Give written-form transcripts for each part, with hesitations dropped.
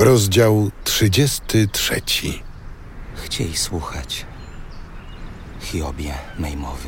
Rozdział 33. Chciej słuchać, Hiobie, mej mowy.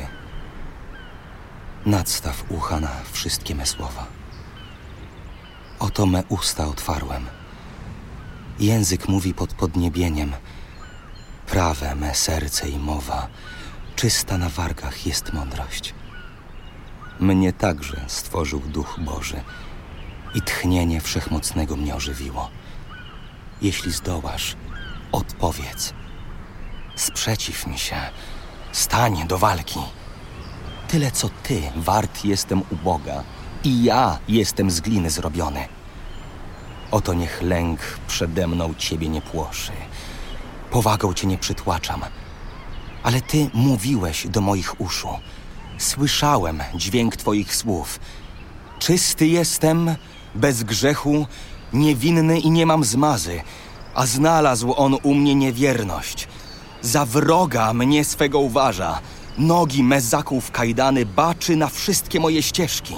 Nadstaw ucha na wszystkie me słowa. Oto me usta otwarłem. Język mówi pod podniebieniem. Prawe me serce i mowa. Czysta na wargach jest mądrość. Mnie także stworzył Duch Boży i tchnienie Wszechmocnego mnie ożywiło. Jeśli zdołasz, odpowiedz. Sprzeciw mi się. Stań do walki. Tyle co ty wart jestem u Boga i ja jestem z gliny zrobiony. Oto niech lęk przede mną ciebie nie płoszy. Powagą cię nie przytłaczam. Ale ty mówiłeś do moich uszu. Słyszałem dźwięk twoich słów. Czysty jestem, bez grzechu, niewinny i nie mam zmazy, a znalazł on u mnie niewierność. Za wroga mnie swego uważa. Nogi me zakuł w kajdany, baczy na wszystkie moje ścieżki.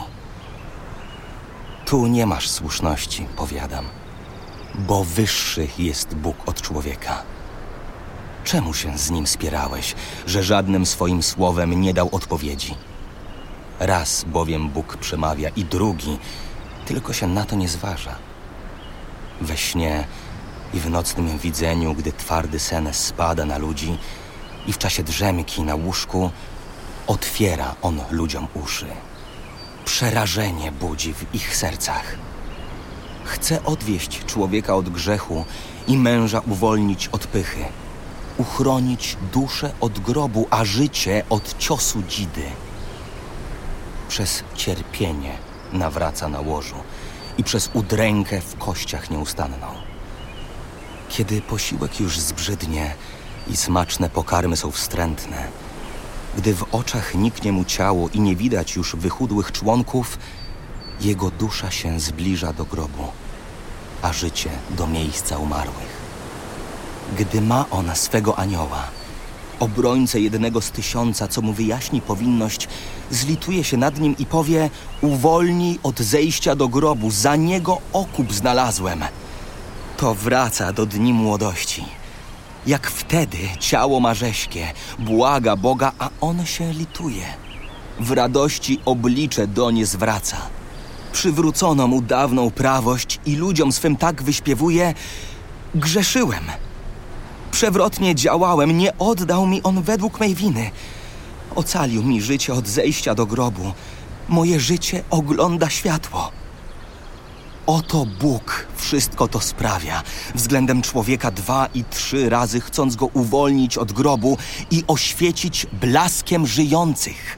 Tu nie masz słuszności, powiadam, bo wyższy jest Bóg od człowieka. Czemu się z nim spierałeś, że żadnym swoim słowem nie dał odpowiedzi? Raz bowiem Bóg przemawia i drugi, tylko się na to nie zważa. We śnie i w nocnym widzeniu, gdy twardy sen spada na ludzi i w czasie drzemki na łóżku, otwiera on ludziom uszy. Przerażenie budzi w ich sercach. Chce odwieść człowieka od grzechu i męża uwolnić od pychy. Uchronić duszę od grobu, a życie od ciosu dzidy. Przez cierpienie nawraca na łożu i przez udrękę w kościach nieustanną. Kiedy posiłek już zbrzydnie i smaczne pokarmy są wstrętne, gdy w oczach niknie mu ciało i nie widać już wychudłych członków, jego dusza się zbliża do grobu, a życie do miejsca umarłych. Gdy ma on swego anioła, obrońcę jednego z 1000, co mu wyjaśni powinność, zlituje się nad nim i powie: uwolnij od zejścia do grobu, za niego okup znalazłem. To wraca do dni młodości. Jak wtedy ciało ma rześkie, błaga Boga, a on się lituje. W radości oblicze donie zwraca. Przywrócono mu dawną prawość i ludziom swym tak wyśpiewuje: grzeszyłem. Przewrotnie działałem, nie oddał mi on według mej winy. Ocalił mi życie od zejścia do grobu. Moje życie ogląda światło. Oto Bóg wszystko to sprawia względem człowieka 2 i 3 razy, chcąc go uwolnić od grobu i oświecić blaskiem żyjących.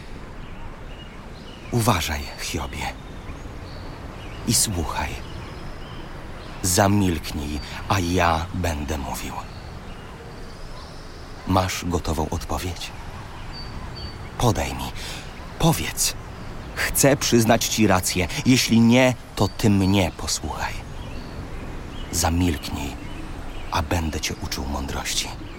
Uważaj, Hiobie, i słuchaj. Zamilknij, a ja będę mówił. Masz gotową odpowiedź? Podaj mi, powiedz. Chcę przyznać ci rację. Jeśli nie, to ty mnie posłuchaj. Zamilknij, a będę cię uczył mądrości.